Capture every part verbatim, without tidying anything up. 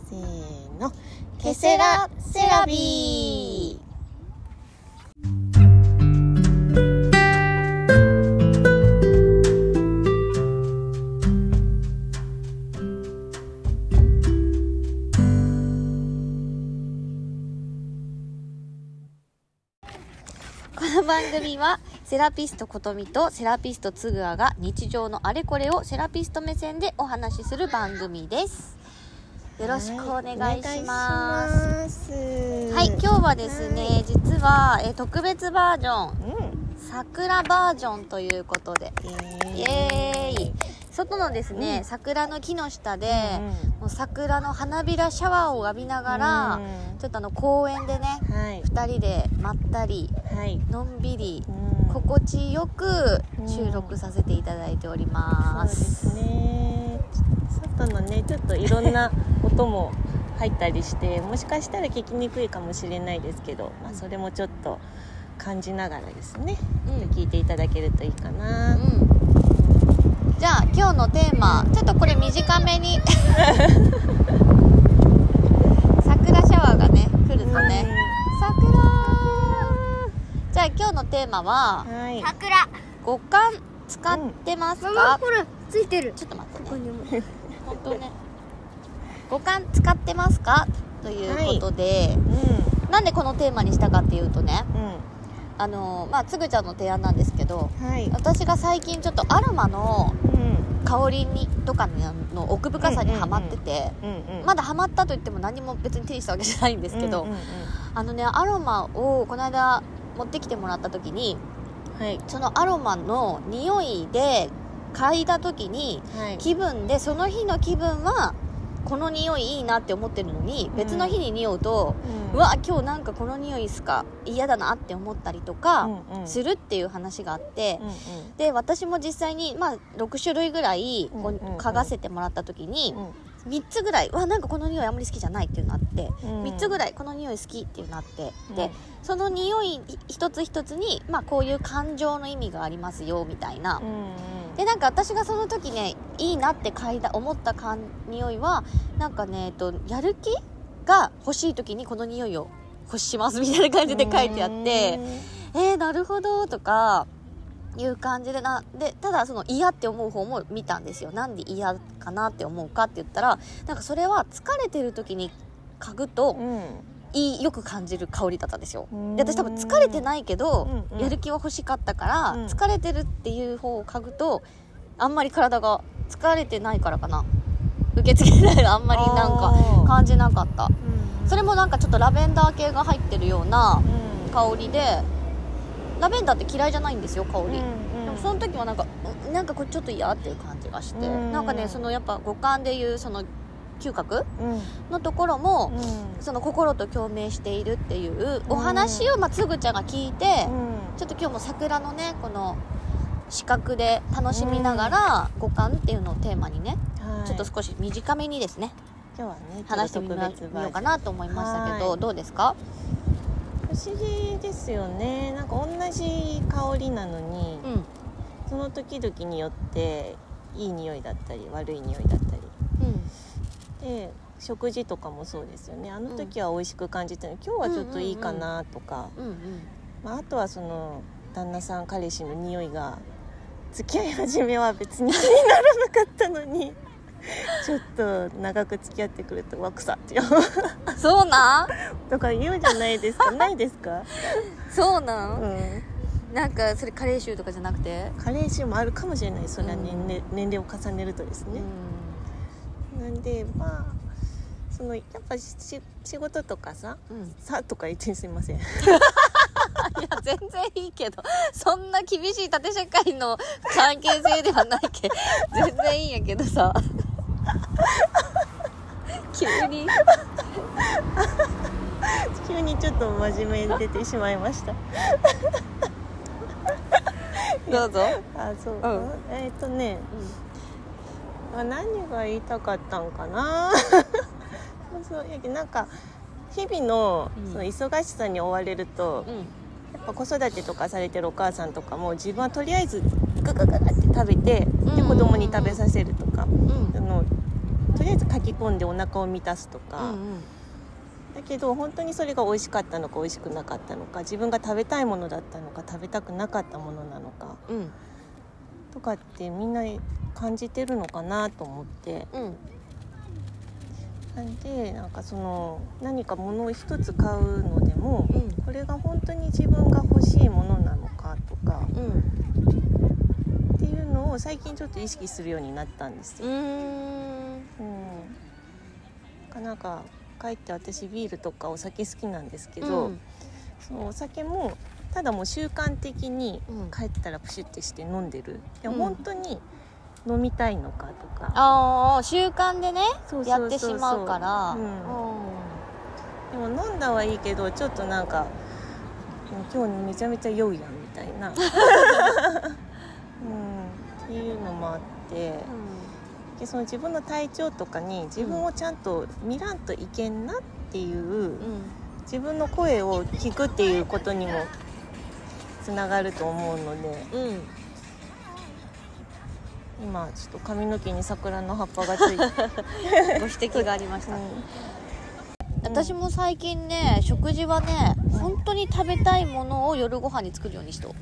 せーの、ケセラセラビー。 この番組はセラピストことみとセラピストつぐあが日常のあれこれをセラピスト目線でお話しする番組です。よろしくお願いします。はい、今日はですね、はい、実はえ特別バージョン、うん、桜バージョンということで、イエーイ。外のですね、うん、桜の木の下で、うん、もう桜の花びらシャワーを浴びながら、うん、ちょっとあの公園でね、はい、ふたりでまったり、はい、のんびり、うん、心地よく収録させていただいております。 そうですね。外のね、ちょっといろんな音も入ったりしてもしかしたら聞きにくいかもしれないですけど、まあ、それもちょっと感じながらですね、うん、聞いていただけるといいかな、うん。 じゃあ今日のテーマ、ちょっとこれ短めに桜シャワーがね来るとね、桜。じゃあ今日のテーマは、はい、 桜。 五感使ってますか？ うん、ママこれついてる。 ちょっと待ってね、ここにも本当ね、五感使ってますかということで、はい、うん、なんでこのテーマにしたかっていうとね、うん、あのまあつぐちゃんの提案なんですけど、はい、私が最近ちょっとアロマの香りにとかの奥深さにハマってて、まだハマったといっても何も別に手にしたわけじゃないんですけど、うんうんうん、あのねアロマをこの間持ってきてもらった時に、はい、そのアロマの匂いで嗅いだ時に、はい、気分でその日の気分はこの匂いいいなって思ってるのに、別の日に匂うと、うん、うわ今日なんかこの匂いっすか嫌だなって思ったりとかするっていう話があって、うんうん、で私も実際に、まあ、ろくしゅるいぐらいこう嗅がせてもらった時に、うんうん、みっつぐらいわなんかこの匂いあんまり好きじゃないっていうのあって、うん、みっつぐらいこの匂い好きっていうのあって、うん、でその匂い一つ一つに、まあ、こういう感情の意味がありますよみたいな、うん、でなんか私がその時ねいいなって嗅いだ思った感匂いはなんかね、えっと、やる気が欲しい時にこの匂いを欲しますみたいな感じで書いてあって、えー、なるほどとかいう感じでなで、ただその嫌って思う方も見たんですよ。なんで嫌かなって思うかって言ったら、なんかそれは疲れてる時に嗅ぐと、うんいいよく感じる香りだったんですよ。で私多分疲れてないけど、うんうん、やる気は欲しかったから、うん、疲れてるっていう方を嗅ぐとあんまり体が疲れてないからかな、受け付けないあんまりなんか感じなかった、うん、それもなんかちょっとラベンダー系が入ってるような香りで、ラベンダーって嫌いじゃないんですよ香り、うんうん、でもその時はなんかなんかこれちょっと嫌っていう感じがして、うん、なんかねそのやっぱ五感でいうその嗅覚のところも、うん、その心と共鳴しているっていうお話を、まあ、つぐちゃんが聞いて、うん、ちょっと今日も桜のねこの視覚で楽しみながら、うん、五感っていうのをテーマにね、はい、ちょっと少し短めにですね今日はね話してみようかなと思いましたけど、どうですか？ 不思議ですよね。なんか同じ香りなのに、うん、その時々によっていい匂いだったり悪い匂いだったり、うん、で食事とかもそうですよね。あの時は美味しく感じたのに、今日はちょっといいかなとか、うんうんうんまあ、あとはその旦那さん彼氏の匂いが付き合い始めは別に気にならなかったのにちょっと長く付き合ってくるとわくさってそうなんとか言うじゃないですかないですか？ そうなん、うん、なんかそれ加齢臭とかじゃなくて加齢臭もあるかもしれない。それは 年,、うん、年齢を重ねるとですね、うん、なんでまあそのやっぱ仕事とかさ、うん、さとか言ってすいませんいや全然いいけど、そんな厳しい縦社会の関係性ではないけ全然いいんやけどさ急に急にちょっと真面目に出てしまいましたどうぞ。 あそう、うん、えっ、ー、とね、うんまあ、何が言いたかったんかなそうやけなんか日々 の, その忙しさに追われると、うん、やっぱ子育てとかされてるお母さんとかも自分はとりあえずガガガガって食べて、うん、で子供に食べさせるとか、うん、あのとりあえず書き込んでお腹を満たすとか、うんうん、だけど本当にそれが美味しかったのか美味しくなかったのか、自分が食べたいものだったのか食べたくなかったものなのか、うん、とかってみんな感じてるのかなと思って、うん、なんでなんかその何か物を一つ買うのでも、うん、これが本当に自分が欲しいものなのかとか、うん、っていうのを最近ちょっと意識するようになったんですよ。うーん、うん、なんかかえって私ビールとかお酒好きなんですけど、うん、そのお酒もただもう習慣的に帰ったらプシュってして飲んでる、でも本当に飲みたいのかとか、 ああ習慣でねやってしまうから、うん、 でも飲んだはいいけどちょっとなんか今日めちゃめちゃ酔うやんみたいな、うん、っていうのもあって、うん、でその自分の体調とかに自分をちゃんと見らんといけんなっていう、うん、自分の声を聞くっていうことにもつながると思うので、うん、今ちょっと髪の毛に桜の葉っぱがついてご指摘がありました、うん、私も最近ね食事はね本当に食べたいものを夜ご飯に作るようにしと、うん、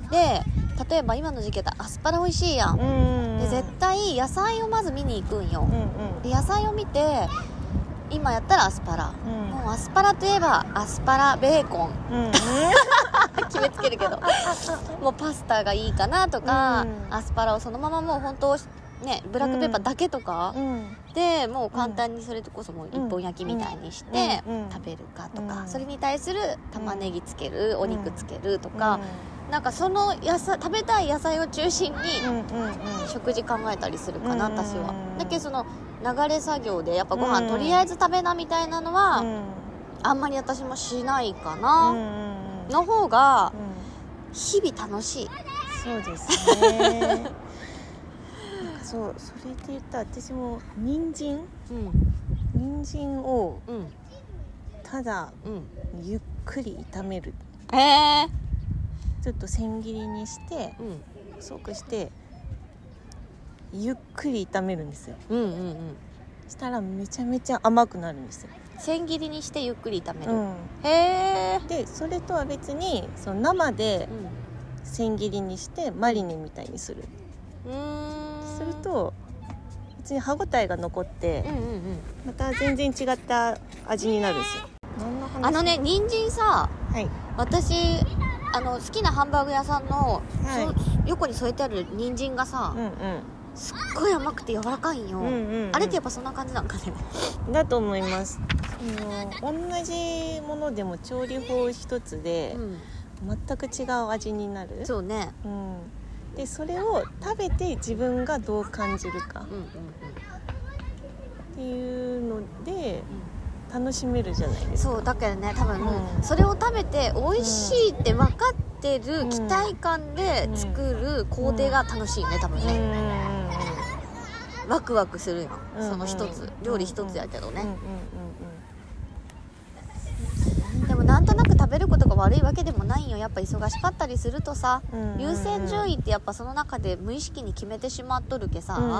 で例えば今の時期だったらアスパラ美味しいやん、うん、で絶対野菜をまず見に行くんよ、うんうん、で野菜を見て今やったらアスパラ、うん、もうアスパラといえばアスパラベーコン、うん、決めつけるけどもうパスタがいいかなとか、うん、アスパラをそのままもう本当ねブラックペッパーだけとか、うん、でもう簡単にそれこそもう一本焼きみたいにして食べるかとか、うん、それに対する玉ねぎつける、うん、お肉つけるとか、うん、なんかその野菜食べたい野菜を中心に食事考えたりするかな、うん、私は。だけどその流れ作業でやっぱご飯、うん、とりあえず食べなみたいなのは、うん、あんまり私もしないかな、うん、の方が日々楽しい。 そうですねなんかそうそれで言ったら私も人参、うん、人参をただゆっくり炒める、うん、へーちょっと千切りにして、うん、細くしてゆっくり炒めるんですよ、うんうんうん、したらめちゃめちゃ甘くなるんですよ。 千切りにしてゆっくり炒める、うん、へーでそれとは別にその生で千切りにしてマリネみたいにする、うーんすると別に歯ごたえが残って、うんうんうん、また全然違った味になるんですよ。 あのね人参さ、はい、私あの好きなハンバーグ屋さんの、はい、横に添えてある人参がさ、うんうんすっごい甘くて柔らかいんよ、うんうんうん、あれってやっぱそんな感じなんかねだと思います。あの同じものでも調理法一つで、うん、全く違う味になる。 そうね、 うん、でそれを食べて自分がどう感じるか、うんうんうん、っていうので、うん、楽しめるじゃないですか。 そうだけどね多分、うん、それを食べて美味しいって分かってる期待感で作る工程が楽しいね多分ね、うんうんワクワクするよ、うんうん、その一つ料理一つやけどね、うんうんうんうん、でもなんとなく食べることが悪いわけでもないよ。やっぱ忙しかったりするとさ、うんうんうん、優先順位ってやっぱその中で無意識に決めてしまっとるけさ、うんうんうん、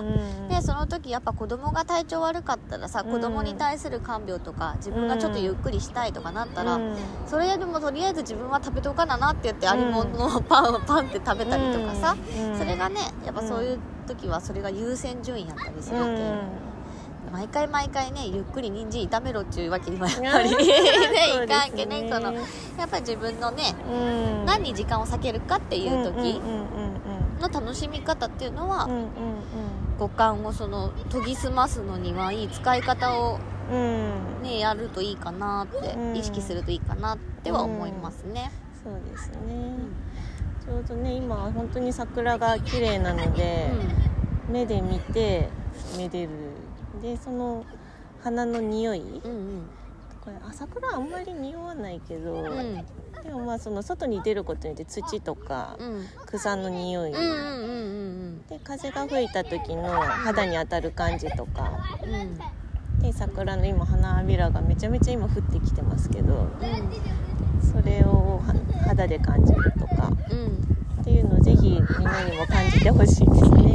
でその時やっぱ子供が体調悪かったらさ、うん、子供に対する看病とか自分がちょっとゆっくりしたいとかなったら、うん、それよりもとりあえず自分は食べとかななって言ってありもののパンをパンって食べたりとかさ、うん、それがねやっぱそういう時はそれが優先順位やったりするわけ、うん、毎回毎回ねゆっくり人参炒めろっていうわけにはやっぱり、ね、いかんけねそのやっぱり自分のね、うん、何に時間を割けるかっていう時の楽しみ方っていうのは、うんうんうん、五感をその研ぎ澄ますのにはいい使い方を、ね、やるといいかなって、うん、意識するといいかなっては思いますね、 うん、そうですね、ちょうどね今は本当に桜が綺麗なので、うん、目で見てめでるでその花の匂い、うんうん、これ桜あんまり匂わないけど、うん、でもまあその外に出ることによって土とか、うん、草の匂い、うんうんうんうん、で風が吹いた時の肌に当たる感じとか、うん、で桜の今花びらがめちゃめちゃ今降ってきてますけど、うん、それを肌で感じるとか、うん、っていうのをぜひみんなにも感じてほしいですね。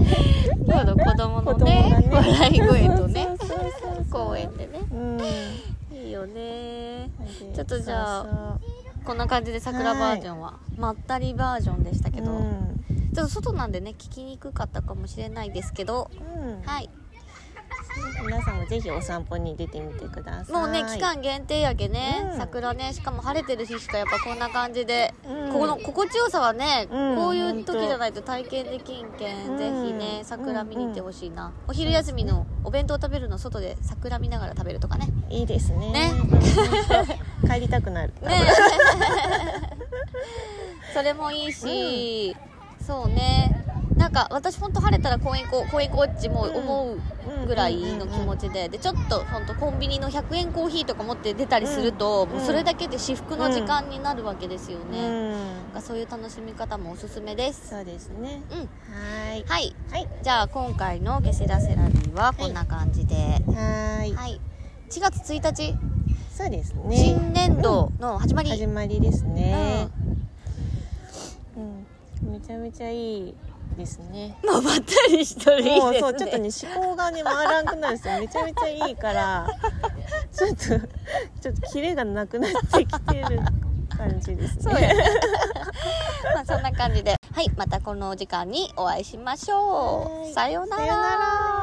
今日の子供のね、ね笑い声とね公園でね、うん、いいよね。ちょっとじゃあそうそうこんな感じで桜バージョンは、はい、まったりバージョンでしたけど、うん、ちょっと外なんでね聞きにくかったかもしれないですけど、うん、はい皆さんもぜひお散歩に出てみてください。 もうね期間限定やけね、うん、桜ねしかも晴れてる日しかやっぱこんな感じで、うん、ここの心地よさはね、うん、こういう時じゃないと体験できんけん、うん、ぜひね桜見に行ってほしいな、うん、お昼休みのお弁当食べるの外で桜見ながら食べるとかねいいですね。ね帰りたくなるねそれもいいし、うん、そうねなんか私本当晴れたら公園行こう公園行こうってもう思うぐらいの気持ちで、でちょっと本当コンビニのひゃくえんコーヒーとか持って出たりすると、うん、もうそれだけで至福の時間になるわけですよね、うんうん、そういう楽しみ方もおすすめです。 そうですね、うん、 はいはい、はい、じゃあ今回のケセラセラビーはこんな感じで、はい、はい、しがつついたちそうですね新年度の始まり、 うん、始まりですね、うんうん、めちゃめちゃいいですね。 もうばったりしとるいいですね。もうそうちょっとね思考がね回らんくなるんですよ。めちゃめちゃいいからちょっとちょっとキレがなくなってきてる感じですね。そうやまあそんな感じではいまたこのお時間にお会いしましょう。さようなら。さようなら。